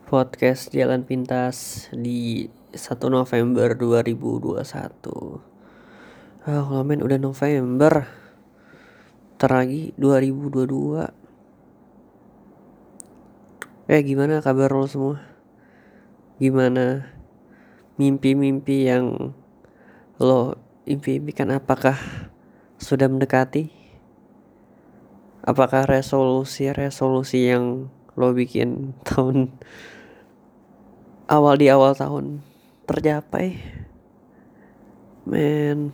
podcast Jalan Pintas di 1 November 2021. Oh, men udah November. Ntar lagi 2022. Gimana kabar lo semua? Gimana mimpi-mimpi yang lo impi-impikan, apakah sudah mendekati? Apakah resolusi yang lo bikin di awal tahun tercapai? Men,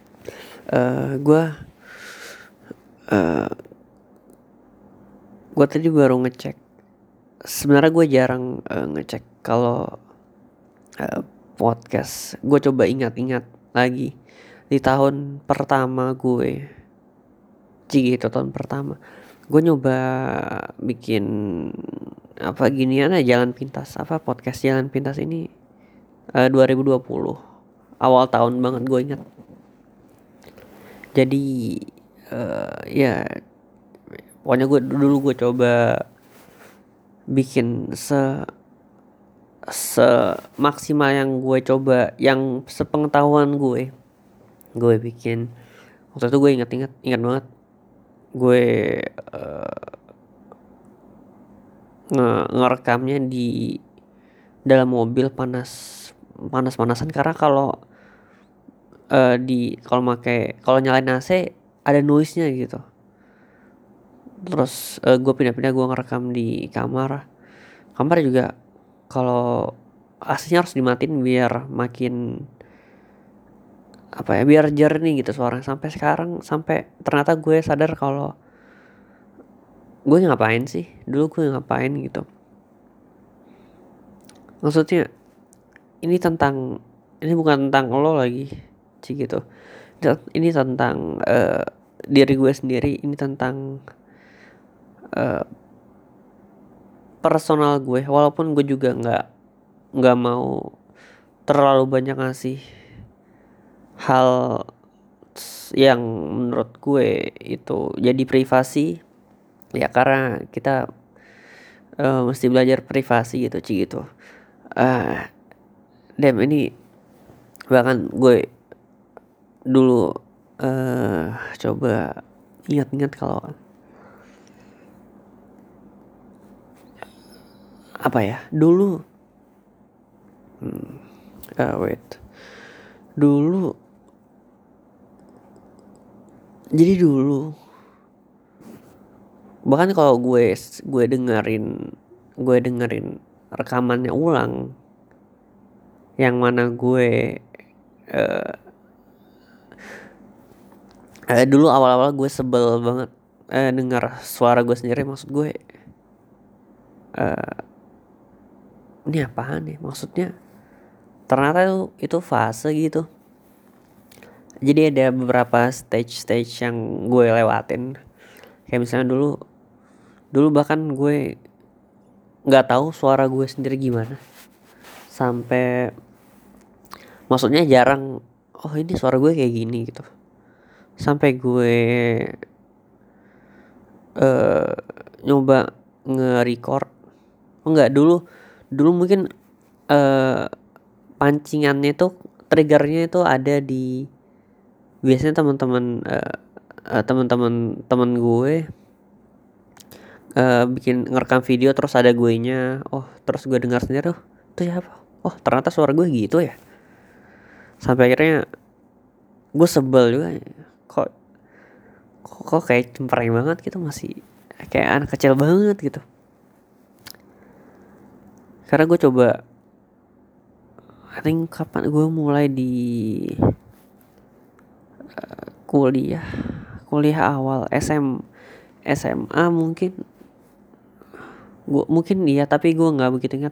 gue tadi baru ngecek. Sebenarnya gue jarang ngecek kalau podcast. Gue coba ingat-ingat lagi di tahun pertama gue. Itu tahun pertama gue nyoba bikin ginian aja, Jalan Pintas, podcast Jalan Pintas ini 2020 awal tahun banget gue ingat. Jadi ya pokoknya gue coba bikin semaksimal yang gue coba, yang sepengetahuan gue bikin. Waktu itu gue ingat banget, gue ngerekamnya di dalam mobil panas-panasan, karena kalau kalau nyalain AC ada noise-nya gitu. Terus gue pindah-pindah, gue ngerekam di kamar juga. Kalau AC-nya harus dimatiin biar makin biar jernih gitu suaranya. Sampai ternyata gue sadar kalau gue ngapain sih dulu gitu. Maksudnya ini bukan tentang lo lagi gitu. Ini tentang diri gue sendiri. Ini tentang personal gue. Walaupun gue juga nggak mau terlalu banyak ngasih hal yang menurut gue itu jadi privasi ya, karena kita mesti belajar privasi gitu. Ini bahkan gue dulu coba ingat-ingat kalau dulu dulu jadi dulu bahkan kalau gue dengerin rekamannya ulang, yang mana gue dulu awal-awal gue sebel banget dengar suara gue sendiri. Maksud gue ini apaan nih, maksudnya ternyata itu fase gitu. Jadi ada beberapa stage yang gue lewatin. Kayak misalnya dulu bahkan gue nggak tahu suara gue sendiri gimana, sampai maksudnya jarang, oh ini suara gue kayak gini gitu, sampai gue nyoba nge-record. Dulu mungkin pancingannya tuh, triggernya itu ada di, biasanya teman gue bikin ngerekam video terus ada gue nya. Terus gue dengar sendiri, itu siapa? Ternyata suara gue gitu ya. Sampai akhirnya gue sebel juga, kok kayak cempreng banget gitu, masih kayak anak kecil banget gitu. Karena gue coba, I think kapan gue mulai di kuliah awal SMA mungkin iya, tapi gue nggak begitu ingat.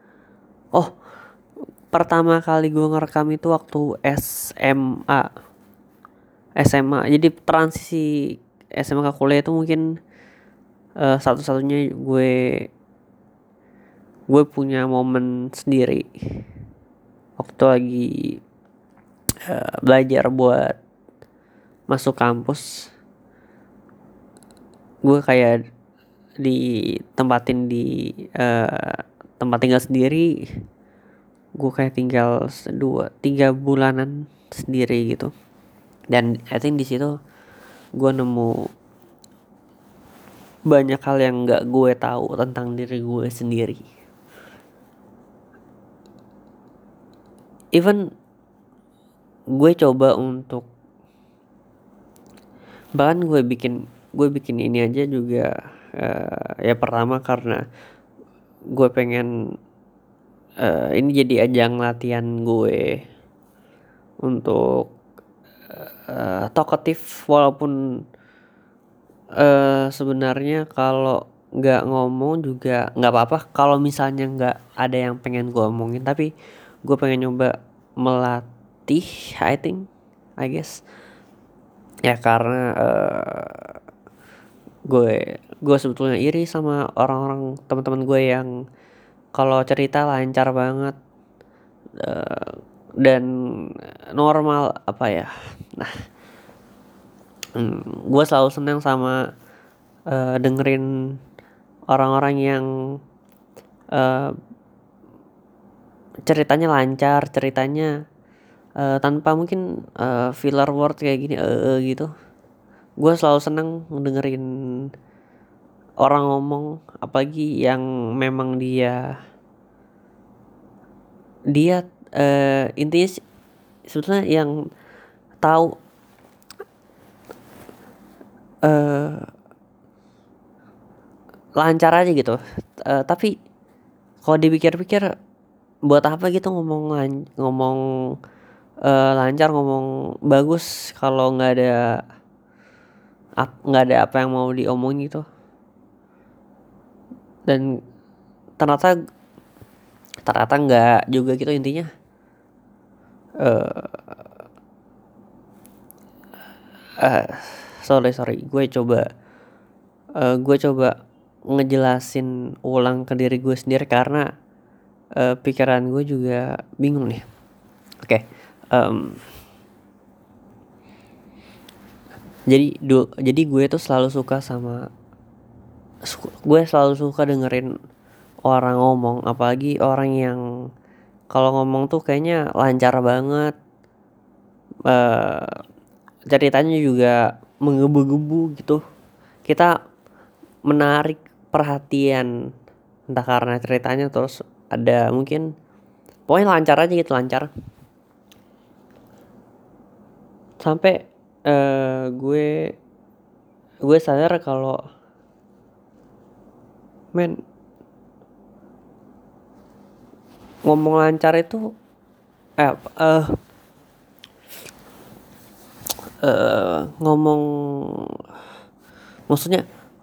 Pertama kali gue ngerekam itu waktu SMA. Jadi transisi SMA ke kuliah itu mungkin satu-satunya gue punya momen sendiri waktu lagi belajar buat masuk kampus. Gue kayak ditempatin di tempat tinggal sendiri, gue kayak tinggal 2-3 bulanan sendiri gitu. Dan I think di situ gue nemu banyak hal yang nggak gue tahu tentang diri gue sendiri. Even gue coba untuk, bahkan gue bikin ini aja juga, ya pertama karena gue pengen ini jadi ajang latihan gue untuk talkative, walaupun sebenarnya kalau nggak ngomong juga nggak apa-apa kalau misalnya nggak ada yang pengen gue omongin, tapi gue pengen nyoba melatih, I guess ya, karena gue sebetulnya iri sama orang-orang teman-teman gue yang kalau cerita lancar banget, dan normal apa ya. Nah, gue selalu senang sama dengerin orang-orang yang ceritanya lancar, ceritanya tanpa mungkin filler word kayak gini gitu. Gue selalu seneng dengerin orang ngomong, apalagi yang memang dia intinya sebetulnya yang tahu lancar aja gitu. Tapi kalau dipikir-pikir, buat apa gitu ngomong lancar, ngomong bagus kalau nggak ada apa yang mau diomongin gitu. Dan ternyata nggak juga gitu intinya. Sorry, gue coba ngejelasin ulang ke diri gue sendiri karena pikiran gue juga bingung nih. Oke. Jadi gue tuh selalu suka dengerin orang ngomong, apalagi orang yang kalau ngomong tuh kayaknya lancar banget, ceritanya juga menggebu-gebu gitu. Kita menarik perhatian entah karena ceritanya, terus ada mungkin pokoknya lancar aja gitu, lancar sampai gue sadar kalau ngomong lancar itu ngomong, maksudnya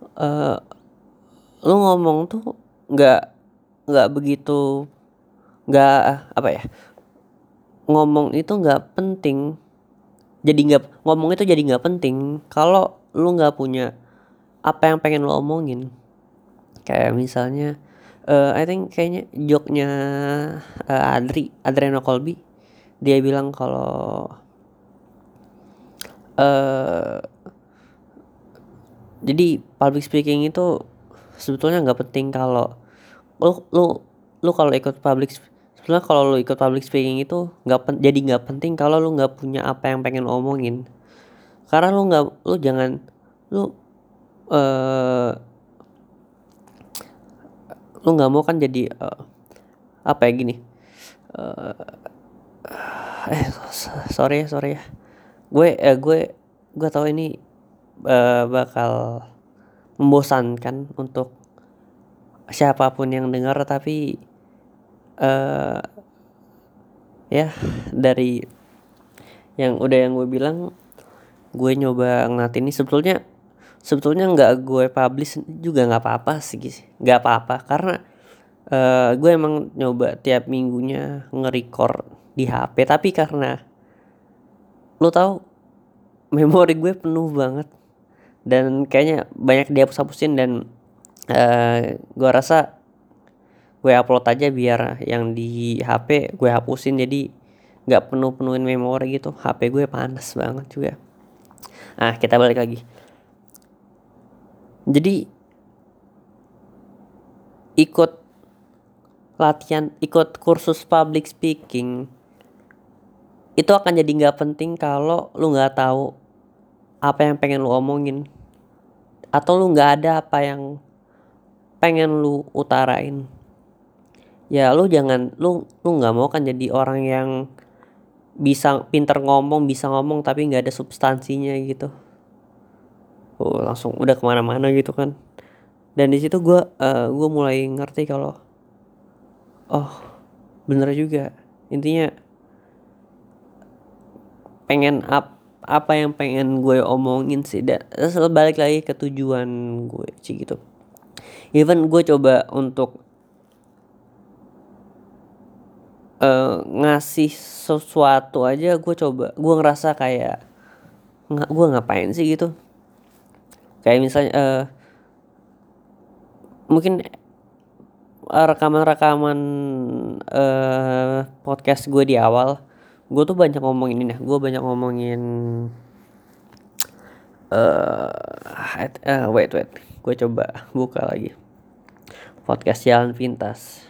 lu ngomong tuh nggak begitu, nggak apa ya, ngomong itu nggak penting, ngomong itu jadi nggak penting kalau lu nggak punya apa yang pengen lu omongin. Kayak misalnya I think kayaknya joke-nya Adriano Colby, dia bilang kalau jadi public speaking itu sebetulnya nggak penting kalau lu kalau ikut sebetulnya kalau lu ikut public speaking itu jadi nggak penting kalau lu nggak punya apa yang pengen lu omongin. Karena lu jangan lu lu nggak mau kan jadi apa ya gini, sorry ya, gue tahu ini bakal membosankan untuk siapapun yang dengar, tapi ya dari yang gue bilang, gue nyoba ngelatih ini sebetulnya nggak gue publish juga nggak apa-apa sih, nggak apa-apa karena gue emang nyoba tiap minggunya nge-record di HP, tapi karena lu tahu memori gue penuh banget dan kayaknya banyak dihapus-hapusin, dan gue rasa gue upload aja biar yang di HP gue hapusin, jadi nggak penuhin memori gitu. HP gue panas banget juga. Nah, kita balik lagi. Jadi ikut latihan ikut kursus public speaking itu akan jadi nggak penting kalau lu nggak tahu apa yang pengen lu omongin, atau lu nggak ada apa yang pengen lu utarain. Ya lu jangan, lu nggak mau kan jadi orang yang bisa pinter ngomong, bisa ngomong tapi nggak ada substansinya gitu. Langsung udah kemana-mana gitu kan. Dan di situ gue mulai ngerti kalau oh bener juga, intinya pengen apa yang pengen gue omongin sih, dan balik lagi ke tujuan gue sih gitu. Even gue coba untuk ngasih sesuatu aja, gue ngerasa kayak gue ngapain sih gitu. Kayak misalnya mungkin rekaman-rekaman podcast gue di awal, gue tuh banyak ngomongin ini, gue banyak ngomongin wait, gue coba buka lagi podcast Jalan Pintas.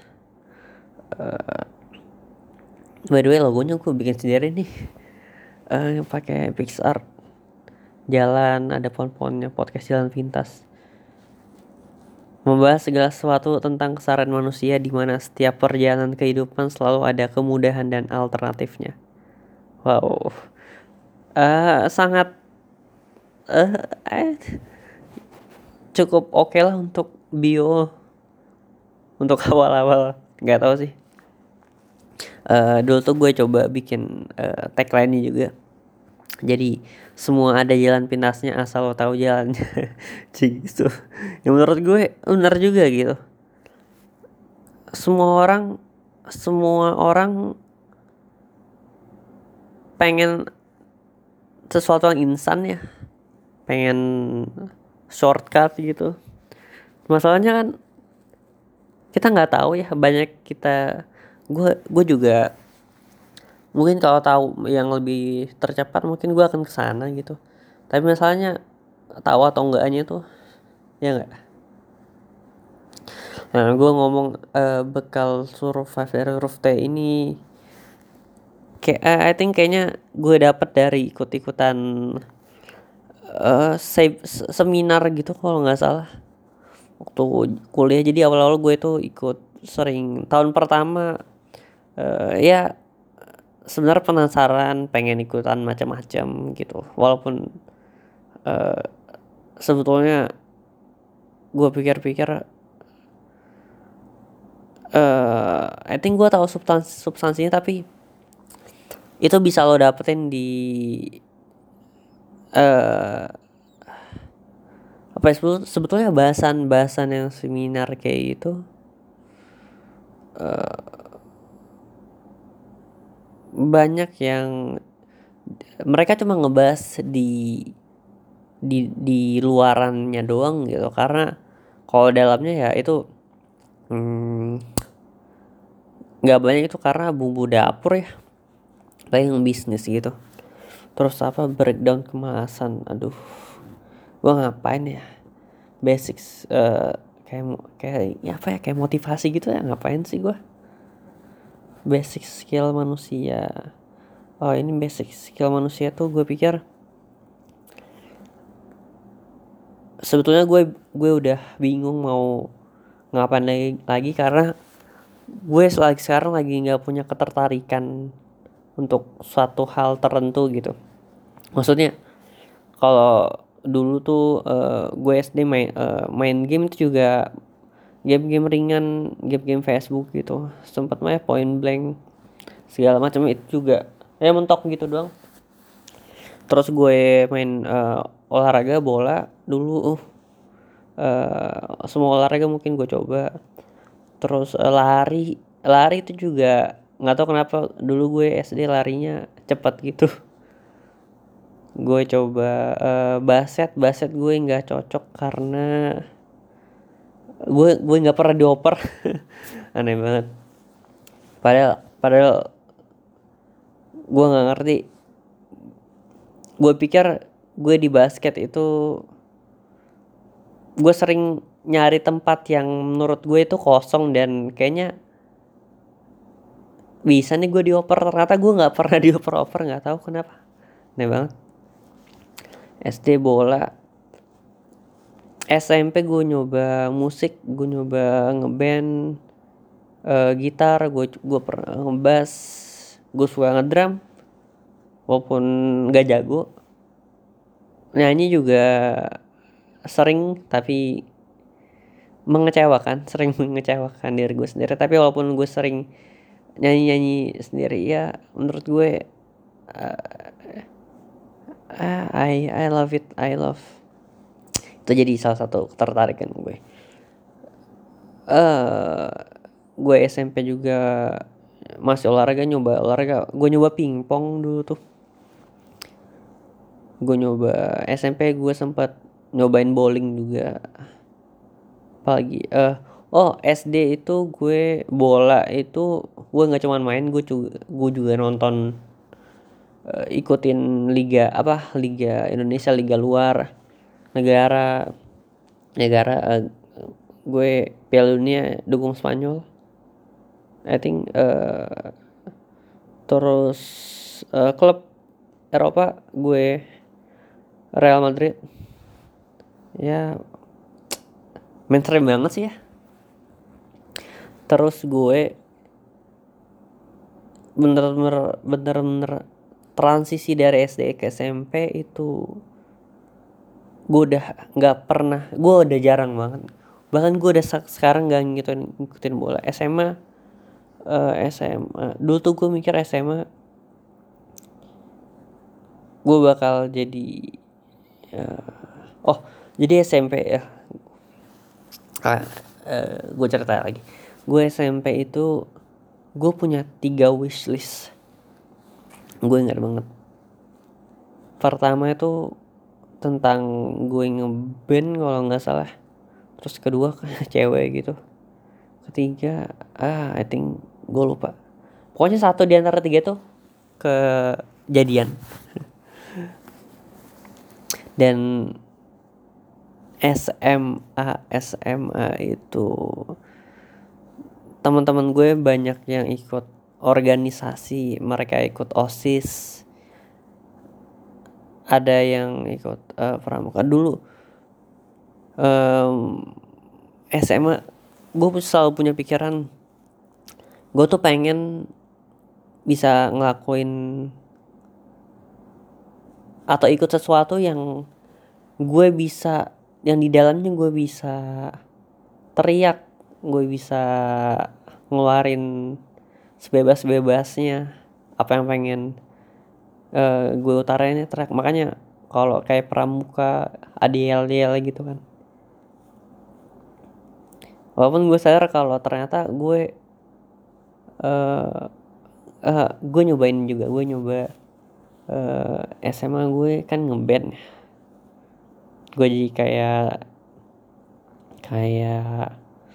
By the way, logonya gue bikin sendiri nih, pakai PixArt. Jalan, ada pohon-pohonnya, podcast Jalan Pintas. Membahas segala sesuatu tentang keseharian manusia, di mana setiap perjalanan kehidupan selalu ada kemudahan dan alternatifnya. Wow, sangat cukup oke lah untuk bio, untuk awal-awal. Nggak tahu sih. Dulu tuh gue coba bikin tagline-nya juga. Jadi semua ada jalan pintasnya asal lo tahu jalannya. Gitu. Ya menurut gue benar juga gitu. Semua orang pengen sesuatu yang instan ya. Pengen shortcut gitu. Masalahnya kan kita nggak tahu ya, banyak gue juga mungkin kalau tahu yang lebih tercepat mungkin gue akan kesana gitu. Tapi masalahnya tahu atau enggaknya tuh, ya nggak. Nah gue ngomong bekal survive dari huruf T ini kayak I think kayaknya gue dapet dari ikut-ikutan seminar gitu kalau nggak salah waktu kuliah. Jadi awal-awal gue tuh ikut sering, tahun pertama ya sebenarnya penasaran, pengen ikutan macam-macam gitu, walaupun sebetulnya gue pikir-pikir I think gue tahu substansinya, tapi itu bisa lo dapetin di apa ya, sebetulnya bahasan yang seminar kayak gitu banyak yang mereka cuma ngebahas di luarannya doang gitu, karena kalau dalamnya ya itu nggak banyak itu, karena bumbu dapur ya, paling bisnis gitu. Terus apa, breakdown kemasan, aduh gue ngapain ya, basics kayak ya apa ya, kayak motivasi gitu ya, ngapain sih gue. Basic skill manusia, ini basic skill manusia tuh gue pikir sebetulnya gue udah bingung mau ngapain lagi karena gue sekarang lagi nggak punya ketertarikan untuk suatu hal tertentu gitu. Maksudnya kalau dulu tuh gue SD main game tuh juga game-game ringan, game-game Facebook gitu, sempat main Point Blank segala macam, itu juga ya mentok gitu doang. Terus gue main olahraga bola dulu, semua olahraga mungkin gue coba. Terus lari itu juga nggak tahu kenapa dulu gue SD larinya cepat gitu. Gue coba basket gue nggak cocok karena gue nggak pernah dioper. Aneh banget. Padahal gue nggak ngerti. Gue pikir gue di basket itu gue sering nyari tempat yang menurut gue itu kosong dan kayaknya bisa nih gue dioper, ternyata gue nggak pernah dioper-oper, nggak tahu kenapa, aneh banget. SD bola. SMP gue nyoba musik, gue nyoba ngeband, gitar, gue pernah ngebass, gue suka ngedrum walaupun nggak jago. Nyanyi juga sering, tapi sering mengecewakan diri gue sendiri. Tapi walaupun gue sering nyanyi sendiri, ya menurut gue I love it, I love. Itu jadi salah satu ketertarikan gue. Gue SMP juga masih olahraga, gue nyoba pingpong dulu tuh. Gue nyoba SMP, gue sempat nyobain bowling juga. Apalagi SD itu gue bola itu gue nggak cuman main, gue juga nonton, ikutin liga Indonesia, liga luar negara negara. Gue Piala Dunia dukung Spanyol, I think. Terus klub Eropa gue Real Madrid. Ya mainstream banget sih ya. Terus gue bener-bener transisi dari SD ke SMP itu gue udah nggak pernah, gue udah jarang banget, bahkan gue udah sekarang nggak ngikutin bola. SMA dulu tuh gue mikir SMA gue bakal jadi, jadi SMP ya. Gue cerita lagi, gue SMP itu gue punya 3 wishlist, gue ingat banget. Pertama itu tentang gue ngeband kalau nggak salah, terus kedua cewek gitu, ketiga I think gue lupa, pokoknya satu di antara 3 tuh kejadian. Dan SMA itu teman-teman gue banyak yang ikut organisasi, mereka ikut OSIS, ada yang ikut pramuka. Dulu SMA gue selalu punya pikiran, gue tuh pengen bisa ngelakuin atau ikut sesuatu yang gue bisa, yang di dalamnya gue bisa teriak, gue bisa ngeluarin sebebas-bebasnya apa yang pengen gue utarain, teriak. Makanya kalau kayak pramuka, ADL gitu kan, walaupun gue sadar kalau ternyata gue nyoba SMA gue kan ngeband, gue jadi kayak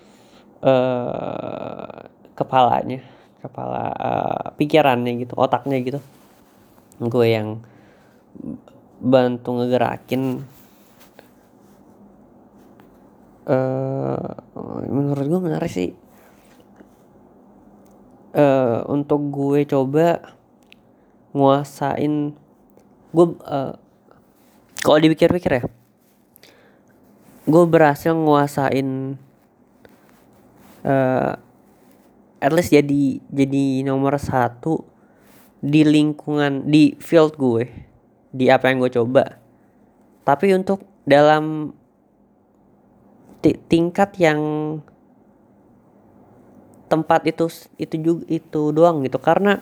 kepala pikirannya gitu, otaknya gitu, gue yang bantu ngegerakin. Menurut gue menarik sih, untuk gue coba nguasain. Gue kalau dipikir-pikir ya, gue berhasil nguasain at least jadi nomor 1 di lingkungan, di field gue, di apa yang gue coba. Tapi untuk dalam tingkat yang tempat itu juga itu doang gitu. Karena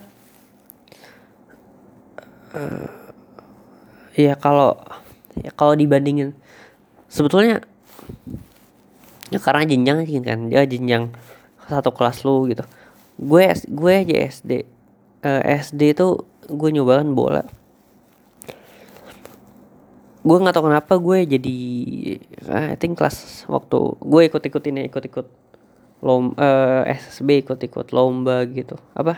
ya kalau dibandingin sebetulnya ya, karena jenjang kan, dia jenjang satu kelas lu gitu. Gue aja SD itu gue nyobain bola. Gue nggak tahu kenapa gue jadi I think kelas waktu gue ikut SSB, ikut lomba gitu,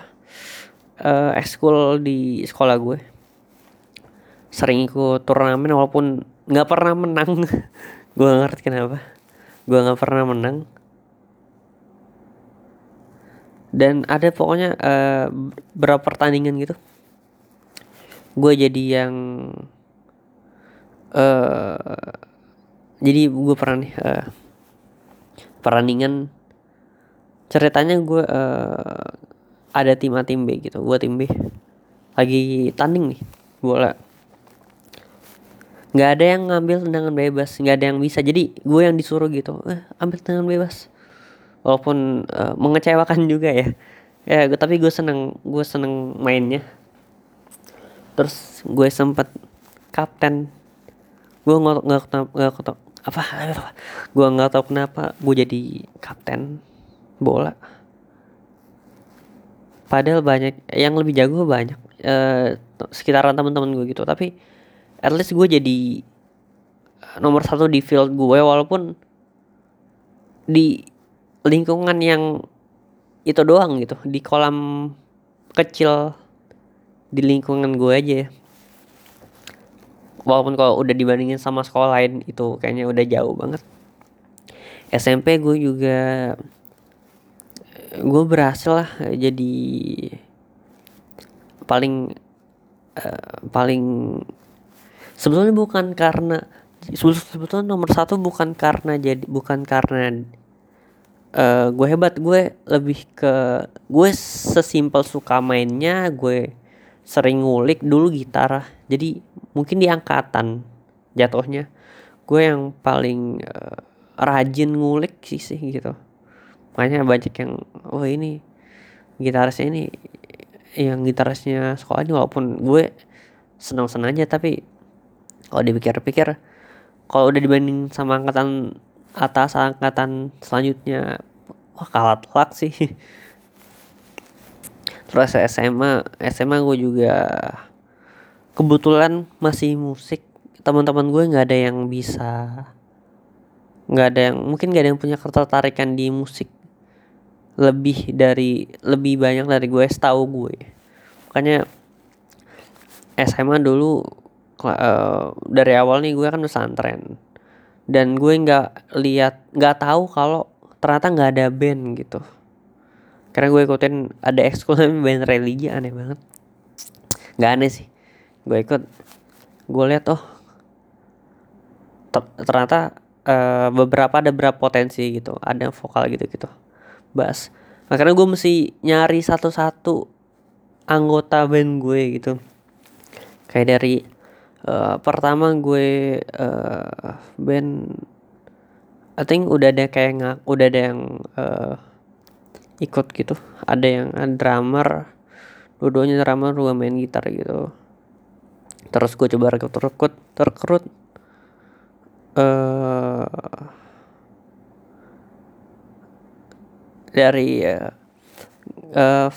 ekskul di sekolah gue, sering ikut turnamen walaupun nggak pernah menang. Gue nggak ngerti kenapa gue nggak pernah menang. Dan ada pokoknya berapa pertandingan gitu gue jadi yang eh jadi gue pernah nih pertandingan, ceritanya gue ada tim A tim B gitu, gue tim B lagi tanding nih bola, nggak ada yang ngambil tendangan bebas, nggak ada yang bisa, jadi gue yang disuruh gitu, ambil tendangan bebas, walaupun mengecewakan juga ya. Tapi gue seneng mainnya. Terus gue sempet kapten, gue nggak apa gue nggak tahu kenapa gue jadi kapten bola, padahal banyak yang lebih jago, banyak sekitaran teman-teman gue gitu, tapi at least gue jadi nomor satu di field gue, walaupun di lingkungan yang itu doang gitu, di kolam kecil di lingkungan gue aja ya. Walaupun kalau udah dibandingin sama sekolah lain itu kayaknya udah jauh banget. SMP gue juga gue berhasil lah jadi paling paling sebetulnya bukan karena sebetulnya nomor satu bukan karena gue hebat, gue lebih ke gue sesimpel suka mainnya, gue sering ngulik dulu gitar, jadi mungkin di angkatan jatuhnya gue yang paling rajin ngulik sih gitu, makanya banyak yang ini gitarisnya ini yang gitarisnya sekolah ini, walaupun gue senang-senang aja, tapi kalau dipikir-pikir kalau udah dibanding sama angkatan atas, angkatan selanjutnya, wah kalah telak sih. Terus SMA gue juga kebetulan masih musik, teman-teman gue nggak ada yang mungkin nggak ada yang punya ketertarikan di musik lebih banyak dari gue, setahu gue. Makanya SMA dulu dari awal nih gue kan pesantren, dan gue nggak tahu kalau ternyata nggak ada band gitu, karena gue ikutin ada ekskul band religi, aneh banget. Nggak aneh sih, gue ikut, gue lihat ternyata ada beberapa potensi gitu, ada vokal gitu bass. Makanya gue mesti nyari satu-satu anggota band gue gitu, kayak dari pertama gue band, I think udah ada yang ikut gitu, ada yang drummer, dua-duanya drummer, dua main gitar gitu. Terus gue coba rekrut dari uh,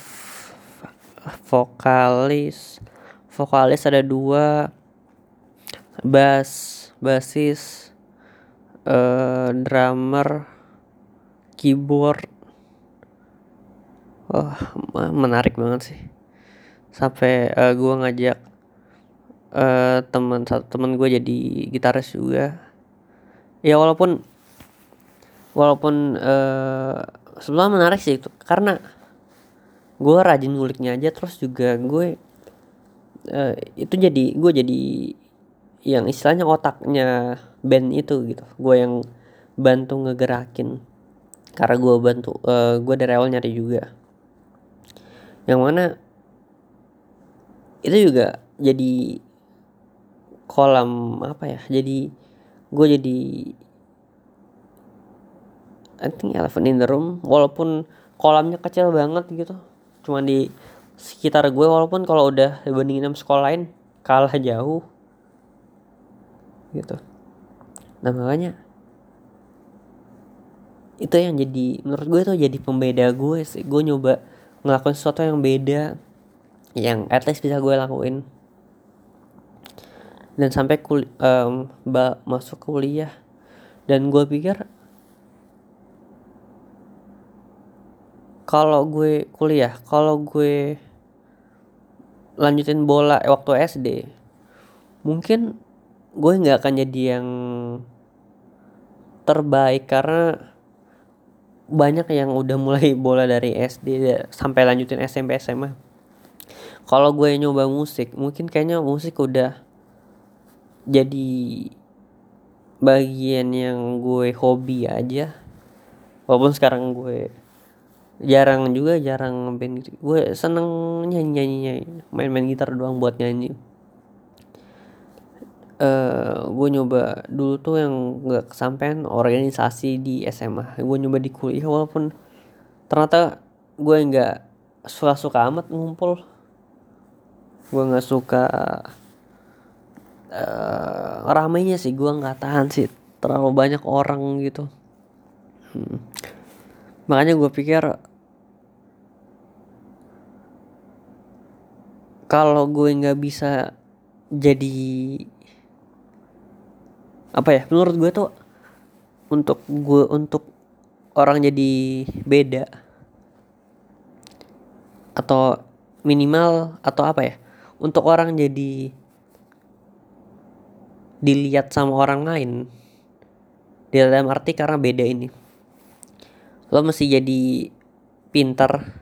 vokalis ada dua, basis, drummer, keyboard. Menarik banget sih, sampai gue ngajak teman gue jadi gitaris juga ya, walaupun sebelumnya menarik sih itu, karena gue rajin nguliknya aja, terus juga gue gue jadi yang istilahnya otaknya band itu gitu, gue yang bantu ngegerakin, karena gue dari awal nyari juga, yang mana itu juga jadi kolam apa ya, jadi gue jadi I think elephant in the room, walaupun kolamnya kecil banget gitu, cuma di sekitar gue, walaupun kalau udah dibandingin sama sekolah lain kalah jauh gitu. Nah makanya itu yang jadi, menurut gue itu jadi pembeda gue sih, gue nyoba ngelakuin sesuatu yang beda, yang at least bisa gue lakuin, dan sampai masuk kuliah. Dan gue pikir kalau gue lanjutin bola waktu SD, mungkin gue nggak akan jadi yang terbaik, karena banyak yang udah mulai bola dari SD sampai lanjutin SMP SMA. Kalau gue nyoba musik, mungkin kayaknya musik udah jadi bagian yang gue hobi aja. Walaupun sekarang gue jarang ngeband gitu. Gue seneng nyanyi, main gitar doang buat nyanyi. Gue nyoba dulu tuh yang nggak kesampean organisasi di SMA. Gue nyoba di kuliah, walaupun ternyata gue nggak suka amat ngumpul. Gue nggak suka ramainya sih. Gue nggak tahan sih terlalu banyak orang gitu. Makanya gue pikir kalau gue nggak bisa jadi apa ya, menurut gue tuh untuk orang jadi beda atau minimal atau apa ya, untuk orang jadi dilihat sama orang lain, di dalam arti karena beda ini, lo mesti jadi pintar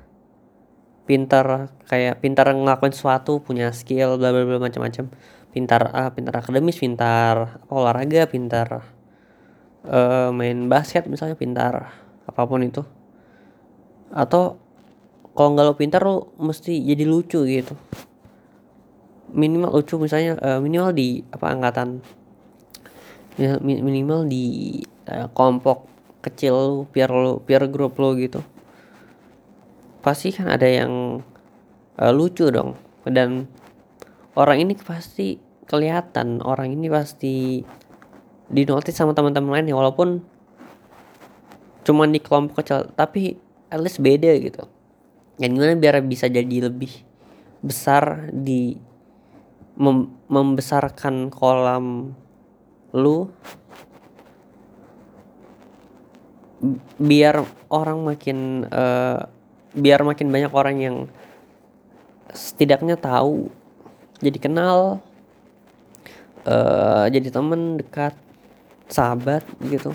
kayak pintar ngelakuin sesuatu, punya skill bla bla bla macam-macam, pintar akademis, pintar olahraga, pintar main basket misalnya, pintar apapun itu. Atau kalau nggak lo pintar, lo mesti jadi lucu gitu, minimal lucu misalnya, minimal di apa angkatan ya, minimal di kelompok kecil lu, biar grup lo gitu pasti kan ada yang lucu dong, dan orang ini pasti kelihatan, orang ini pasti dinotis sama teman-teman lain ya, walaupun cuman di kelompok kecil tapi at least beda gitu. Dan gimana biar bisa jadi lebih besar di membesarkan kolam lu, biar orang makin biar makin banyak orang yang setidaknya tahu, jadi kenal, jadi temen dekat, sahabat gitu.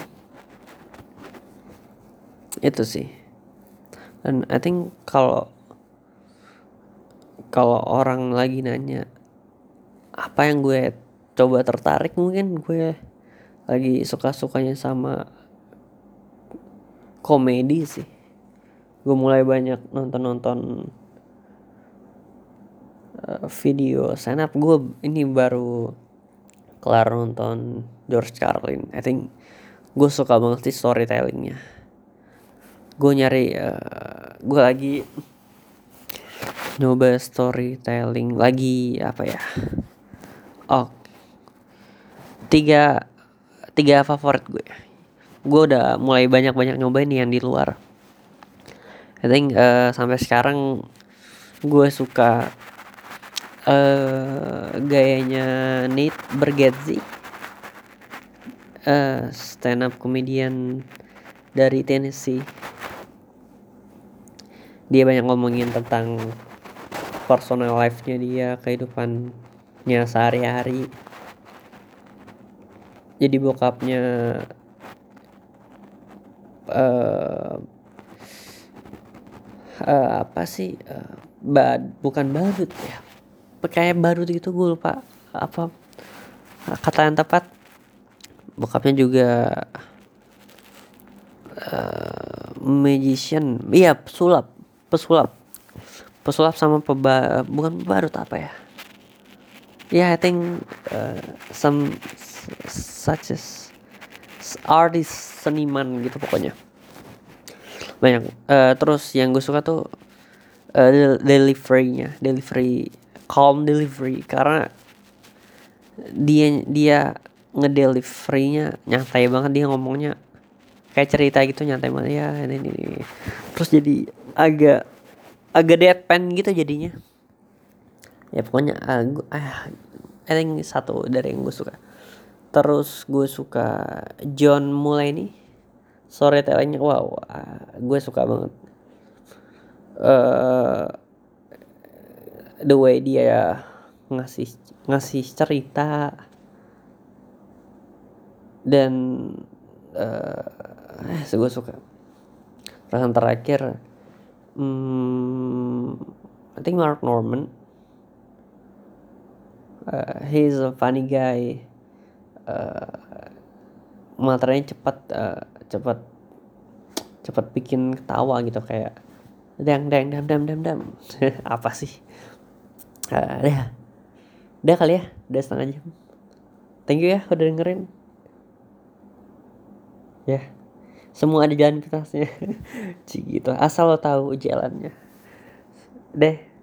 Itu sih. Dan I think kalau orang lagi nanya apa yang gue coba tertarik, mungkin gue lagi suka-sukanya sama komedi sih. Gue mulai banyak nonton video stand up. Gue ini baru kelar nonton George Carlin. I think gue suka banget sih storytellingnya. Gue nyari gue lagi nyoba storytelling lagi, apa ya, tiga favorit gue udah mulai banyak nyobain yang di luar. I think sampai sekarang gue suka gayanya Nate Bargatze, stand up comedian dari Tennessee. Dia banyak ngomongin tentang personal life-nya dia, kehidupannya sehari-hari. Jadi bokapnya apa sih, bukan badut ya, kayak badut gitu, gue lupa apa kata yang tepat. Bokapnya juga magician, iya, pesulap sama bukan pebarut, apa ya. Yeah, I think some such as artist, seniman gitu pokoknya. Banyak. Terus yang gue suka tuh delivery, calm delivery, karena dia ngedeliverynya nyantai banget, dia ngomongnya kayak cerita gitu, nyantai banget ya, ini. Terus jadi agak deadpan gitu jadinya. Ya pokoknya I think satu dari yang gue suka. Terus gue suka John Mulaney, storytellingnya wow, gue suka banget. The way dia ngasih cerita, dan gue suka. Perasaan terakhir I think Mark Norman. He's a funny guy. Materinya cepat bikin ketawa gitu, kayak dang dang dam dam dam dam. Apa sih? Udah kali ya, udah setengah jam. Thank you ya udah dengerin. Ya, semua ada jalan pintasnya. Gitu, asal lo tahu jalannya. Deh.